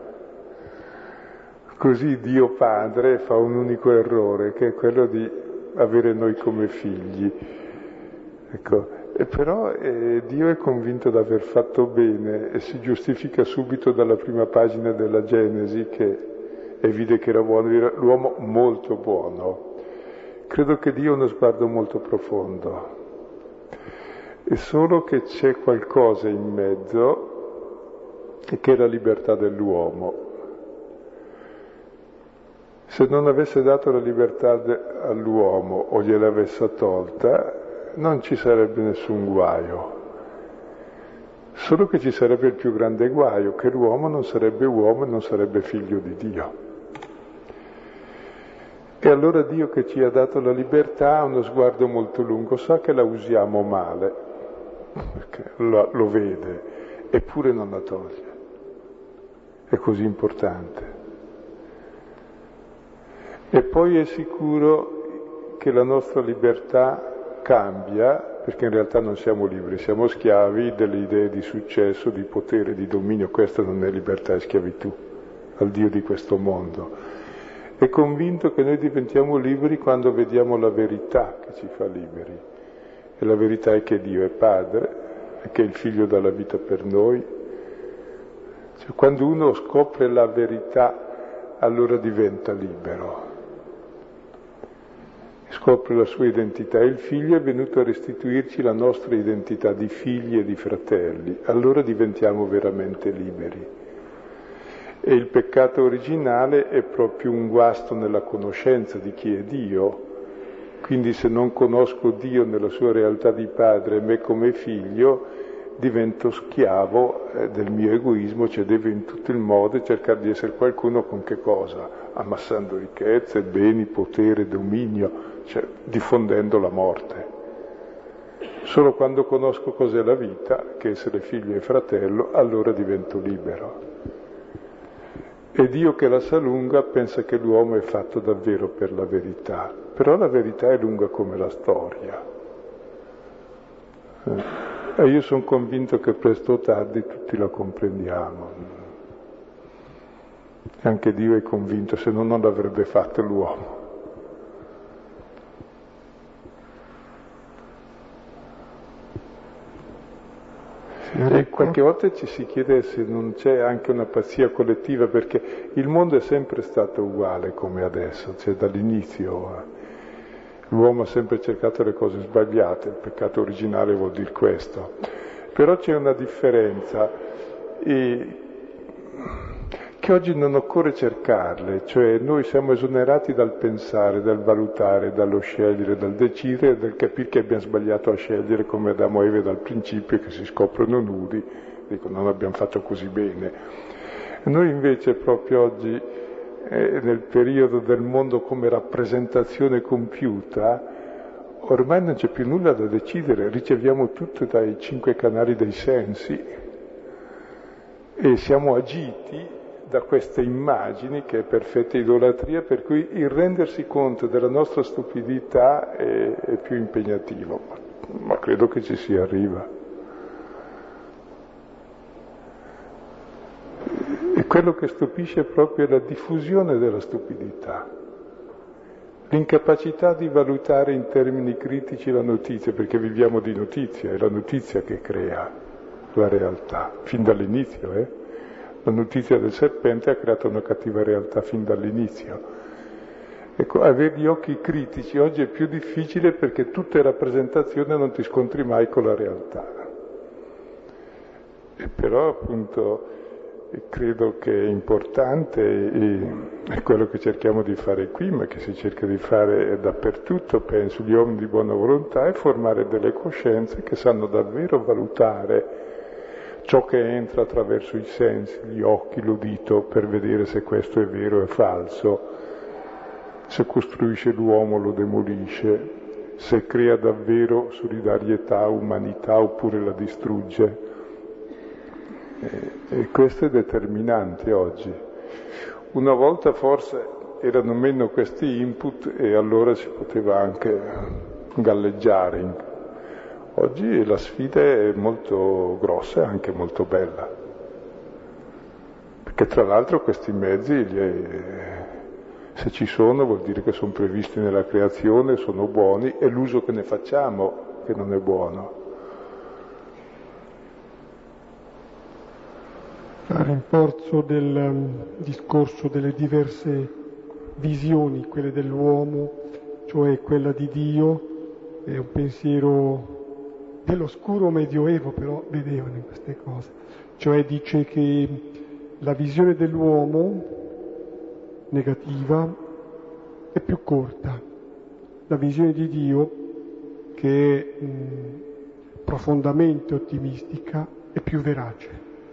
Speaker 2: così Dio Padre fa un unico errore, che è quello di avere noi come figli. Ecco. E però Dio è convinto di aver fatto bene e si giustifica subito dalla prima pagina della Genesi, che e vide che era buono, era l'uomo molto buono. Credo che Dio ha uno sguardo molto profondo. È solo che c'è qualcosa in mezzo, che è la libertà dell'uomo. Se non avesse dato la libertà all'uomo o gliel'avesse tolta, non ci sarebbe nessun guaio. Solo che ci sarebbe il più grande guaio, che l'uomo non sarebbe uomo e non sarebbe figlio di Dio. E allora Dio, che ci ha dato la libertà, ha uno sguardo molto lungo, sa che la usiamo male, perché lo vede, eppure non la toglie. È così importante. E poi è sicuro che la nostra libertà cambia, perché in realtà non siamo liberi, siamo schiavi delle idee di successo, di potere, di dominio. Questa non è libertà, è schiavitù al Dio di questo mondo. È convinto che noi diventiamo liberi quando vediamo la verità che ci fa liberi. E la verità è che Dio è Padre, e che il Figlio dà la vita per noi. Cioè, quando uno scopre la verità, allora diventa libero. Scopre la sua identità. Il Figlio è venuto a restituirci la nostra identità di figli e di fratelli. Allora diventiamo veramente liberi. E il peccato originale è proprio un guasto nella conoscenza di chi è Dio. Quindi se non conosco Dio nella sua realtà di padre e me come figlio, divento schiavo del mio egoismo, cioè devo in tutto il modo cercare di essere qualcuno con che cosa? Ammassando ricchezze, beni, potere, dominio, cioè diffondendo la morte. Solo quando conosco cos'è la vita, che è essere figlio e fratello, allora divento libero. E Dio, che la sa lunga, pensa che l'uomo è fatto davvero per la verità. però la verità è lunga come la storia. E io sono convinto che presto o tardi tutti la comprendiamo. E anche Dio è convinto, se no non l'avrebbe fatto l'uomo. E qualche volta ci si chiede se non c'è anche una pazzia collettiva, perché il mondo è sempre stato uguale come adesso, cioè dall'inizio l'uomo ha sempre cercato le cose sbagliate, il peccato originale vuol dire questo. Però c'è una differenza che oggi non occorre cercarle, cioè noi siamo esonerati dal pensare, dal valutare, dallo scegliere, dal decidere, dal capire che abbiamo sbagliato a scegliere come Adamo e Eva dal principio, che si scoprono nudi, dicono non abbiamo fatto così bene. Noi invece proprio oggi, nel periodo del mondo come rappresentazione compiuta, ormai non c'è più nulla da decidere, riceviamo tutto dai 5 canali dei sensi e siamo agiti da queste immagini, che è perfetta idolatria, per cui il rendersi conto della nostra stupidità è più impegnativo, ma credo che ci si arriva. E quello che stupisce proprio è la diffusione della stupidità, l'incapacità di valutare in termini critici la notizia, perché viviamo di notizia, è la notizia che crea la realtà, fin dall'inizio, La notizia del serpente ha creato una cattiva realtà fin dall'inizio. Ecco, avere gli occhi critici oggi è più difficile perché tutte le rappresentazioni non ti scontri mai con la realtà. E però appunto credo che è importante, e è quello che cerchiamo di fare qui, ma che si cerca di fare dappertutto, penso, gli uomini di buona volontà, è formare delle coscienze che sanno davvero valutare ciò che entra attraverso i sensi, gli occhi, l'udito, per vedere se questo è vero o è falso, se costruisce l'uomo lo demolisce, se crea davvero solidarietà, umanità oppure la distrugge. E questo è determinante oggi. Una volta forse erano meno questi input e allora si poteva anche galleggiare. Oggi la sfida è molto grossa e anche molto bella, perché tra l'altro questi mezzi, se ci sono, vuol dire che sono previsti nella creazione, sono buoni, e l'uso che ne facciamo che non è buono.
Speaker 1: A rinforzo del discorso delle diverse visioni, quelle dell'uomo, cioè quella di Dio, è un pensiero dell'oscuro medioevo, però vedevano in queste cose. Cioè dice che la visione dell'uomo negativa è più corta, la visione di Dio, che è profondamente ottimistica, è più verace.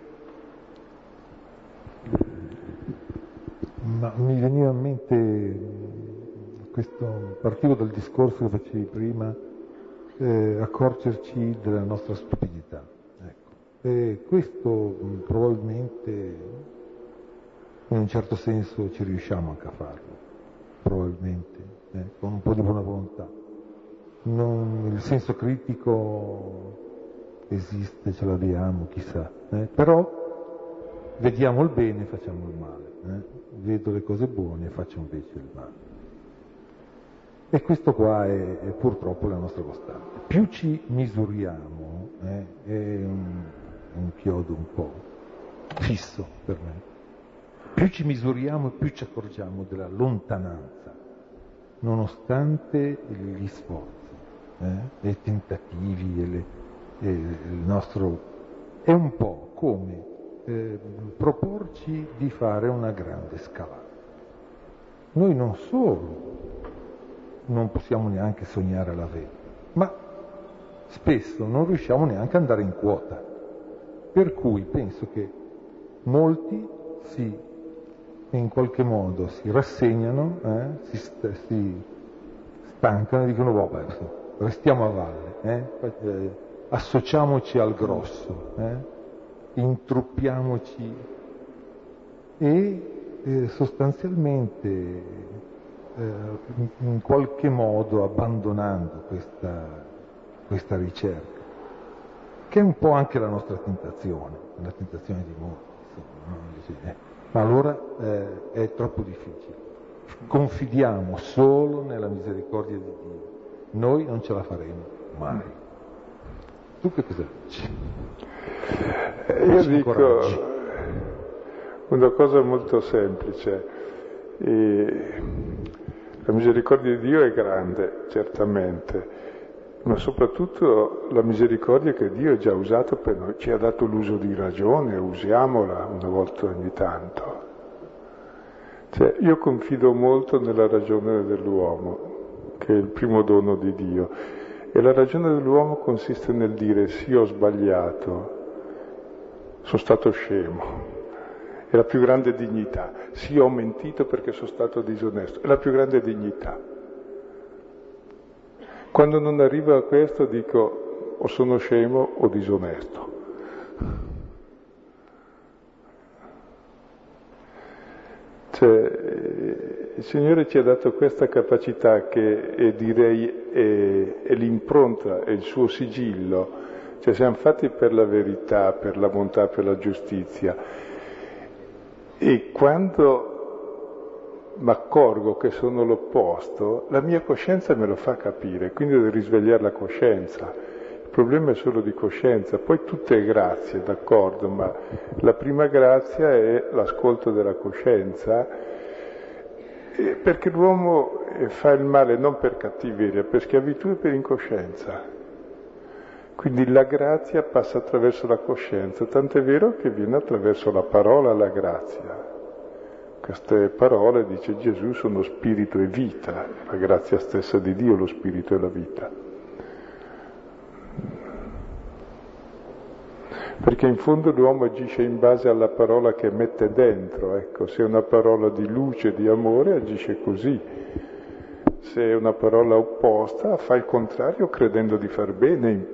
Speaker 6: Ma mi veniva in mente partivo dal discorso che facevi prima, accorgerci della nostra stupidità. Ecco. E questo probabilmente in un certo senso ci riusciamo anche a farlo, probabilmente, con un po' di buona volontà. Il senso critico esiste, ce l'abbiamo, chissà, però vediamo il bene e facciamo il male, vedo le cose buone e faccio invece il male. E questo qua è purtroppo la nostra costante. Più ci misuriamo, è un chiodo un po' fisso per me, più ci misuriamo e più ci accorgiamo della lontananza, nonostante gli sforzi, i tentativi, il nostro... È un po' come proporci di fare una grande scalata. Noi non solo non possiamo neanche sognare la vetta, ma spesso non riusciamo neanche ad andare in quota. Per cui penso che molti in qualche modo si rassegnano, si stancano e dicono vabbè, restiamo a valle, associamoci al grosso, intruppiamoci e sostanzialmente in qualche modo abbandonando questa ricerca, che è un po' anche la nostra tentazione, la tentazione di molti, ma allora è troppo difficile. Confidiamo solo nella misericordia di Dio, noi non ce la faremo mai. Tu che cosa dici?
Speaker 2: Io dico una cosa molto semplice. La misericordia di Dio è grande, certamente, ma soprattutto la misericordia che Dio ha già usato per noi, ci ha dato l'uso di ragione, usiamola una volta ogni tanto. Cioè, io confido molto nella ragione dell'uomo, che è il primo dono di Dio, e la ragione dell'uomo consiste nel dire sì, ho sbagliato, sono stato scemo, è la più grande dignità. Sì, ho mentito perché sono stato disonesto, è la più grande dignità. Quando non arrivo a questo dico o sono scemo o disonesto. Cioè, il Signore ci ha dato questa capacità che è l'impronta, è il suo sigillo. Cioè siamo fatti per la verità, per la bontà, per la giustizia. E quando mi accorgo che sono l'opposto, la mia coscienza me lo fa capire, quindi devo risvegliare la coscienza. Il problema è solo di coscienza, poi tutto è grazia, d'accordo, ma la prima grazia è l'ascolto della coscienza, perché l'uomo fa il male non per cattiveria, per schiavitù e per incoscienza. Quindi la grazia passa attraverso la coscienza, tant'è vero che viene attraverso la parola la grazia. Queste parole, dice Gesù, sono spirito e vita, la grazia stessa di Dio, lo spirito e la vita. Perché in fondo l'uomo agisce in base alla parola che mette dentro, ecco, se è una parola di luce, di amore, agisce così. Se è una parola opposta, fa il contrario credendo di far bene.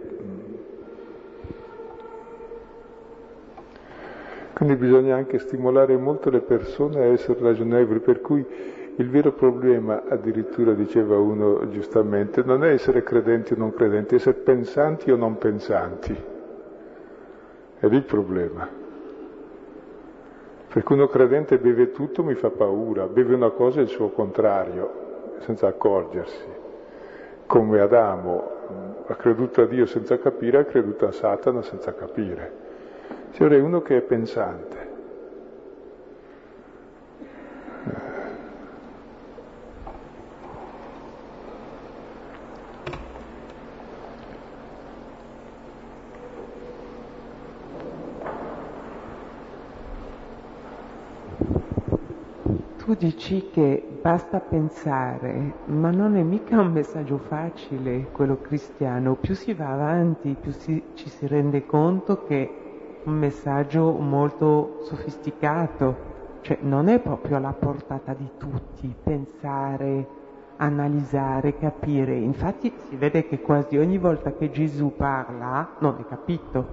Speaker 2: Quindi bisogna anche stimolare molto le persone a essere ragionevoli, per cui il vero problema, addirittura diceva uno giustamente, non è essere credenti o non credenti, è essere pensanti o non pensanti. È lì il problema. Perché uno credente beve tutto, mi fa paura, beve una cosa e il suo contrario, senza accorgersi. Come Adamo ha creduto a Dio senza capire, ha creduto a Satana senza capire. Cioè è uno che è pensante.
Speaker 7: Tu dici che basta pensare, ma non è mica un messaggio facile quello cristiano. Più si va avanti, più ci si rende conto che è un messaggio molto sofisticato, cioè non è proprio alla portata di tutti pensare, analizzare, capire. Infatti si vede che quasi ogni volta che Gesù parla non è capito.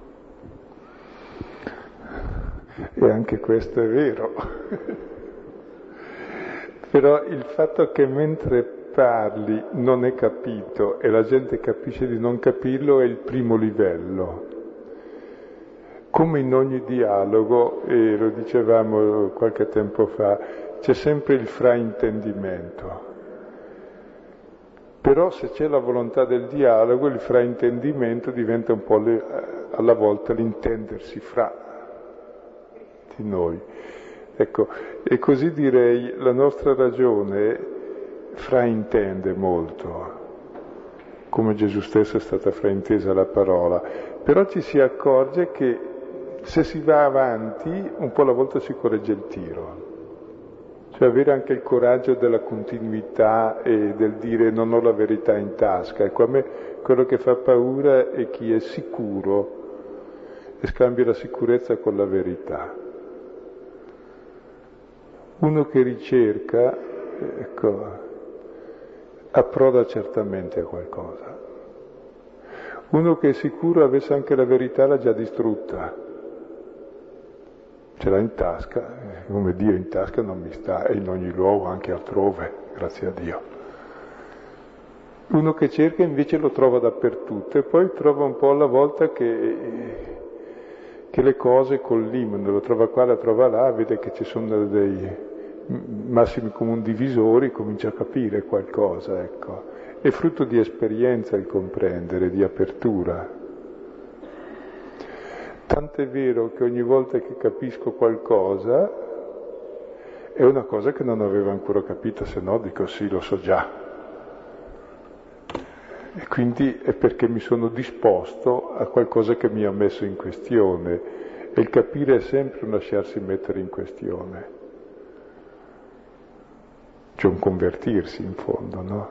Speaker 2: E anche questo è vero. Però il fatto che mentre parli non è capito e la gente capisce di non capirlo è il primo livello. Come in ogni dialogo, e lo dicevamo qualche tempo fa, c'è sempre il fraintendimento. Però se c'è la volontà del dialogo, il fraintendimento diventa un po' alla volta l'intendersi fra di noi. Ecco, e così direi la nostra ragione fraintende molto, come Gesù stesso è stata fraintesa la parola, però ci si accorge che se si va avanti un po' alla volta si corregge il tiro, cioè avere anche il coraggio della continuità e del dire non ho la verità in tasca. Ecco, a me quello che fa paura è chi è sicuro e scambia la sicurezza con la verità. Uno che ricerca, ecco, approda certamente a qualcosa. Uno che è sicuro avesse anche la verità l'ha già distrutta, ce l'ha in tasca, come Dio in tasca non mi sta, e in ogni luogo, anche altrove, grazie a Dio. Uno che cerca invece lo trova dappertutto, e poi trova un po' alla volta che le cose collimano, lo trova qua, lo trova là, vede che ci sono dei massimi comuni divisori, comincia a capire qualcosa, ecco. È frutto di esperienza il comprendere, di apertura. Tant'è vero che ogni volta che capisco qualcosa è una cosa che non avevo ancora capito, se no dico sì, lo so già. E quindi è perché mi sono disposto a qualcosa che mi ha messo in questione. E il capire è sempre un lasciarsi mettere in questione. C'è un convertirsi in fondo, no?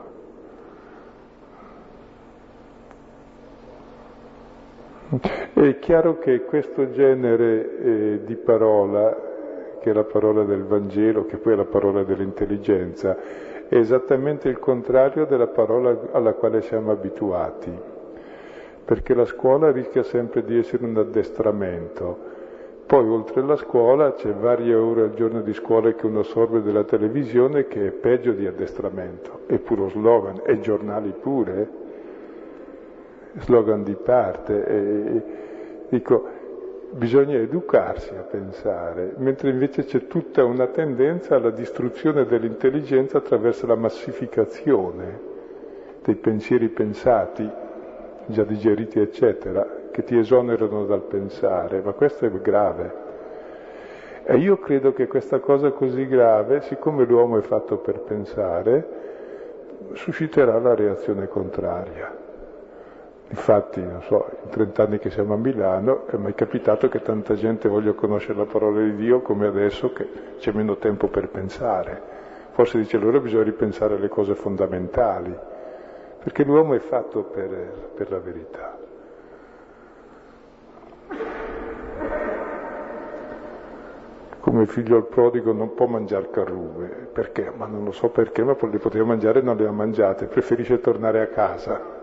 Speaker 2: È chiaro che questo genere di parola, che è la parola del Vangelo, che poi è la parola dell'intelligenza, è esattamente il contrario della parola alla quale siamo abituati, perché la scuola rischia sempre di essere un addestramento. Poi oltre alla scuola c'è varie ore al giorno di scuola che uno assorbe della televisione, che è peggio di addestramento, è puro slogan, e giornali pure, slogan di parte. E dico, bisogna educarsi a pensare, mentre invece c'è tutta una tendenza alla distruzione dell'intelligenza attraverso la massificazione dei pensieri pensati, già digeriti eccetera, che ti esonerano dal pensare, ma questo è grave. E io credo che questa cosa così grave, siccome l'uomo è fatto per pensare, susciterà la reazione contraria. Infatti, non so, in 30 anni che siamo a Milano è mai capitato che tanta gente voglia conoscere la parola di Dio come adesso che c'è meno tempo per pensare. Forse dice allora bisogna ripensare alle cose fondamentali, perché l'uomo è fatto per la verità. Come il figlio al prodigo non può mangiare carrume, perché? Ma non lo so perché, ma le poteva mangiare e non le ha mangiate, preferisce tornare a casa.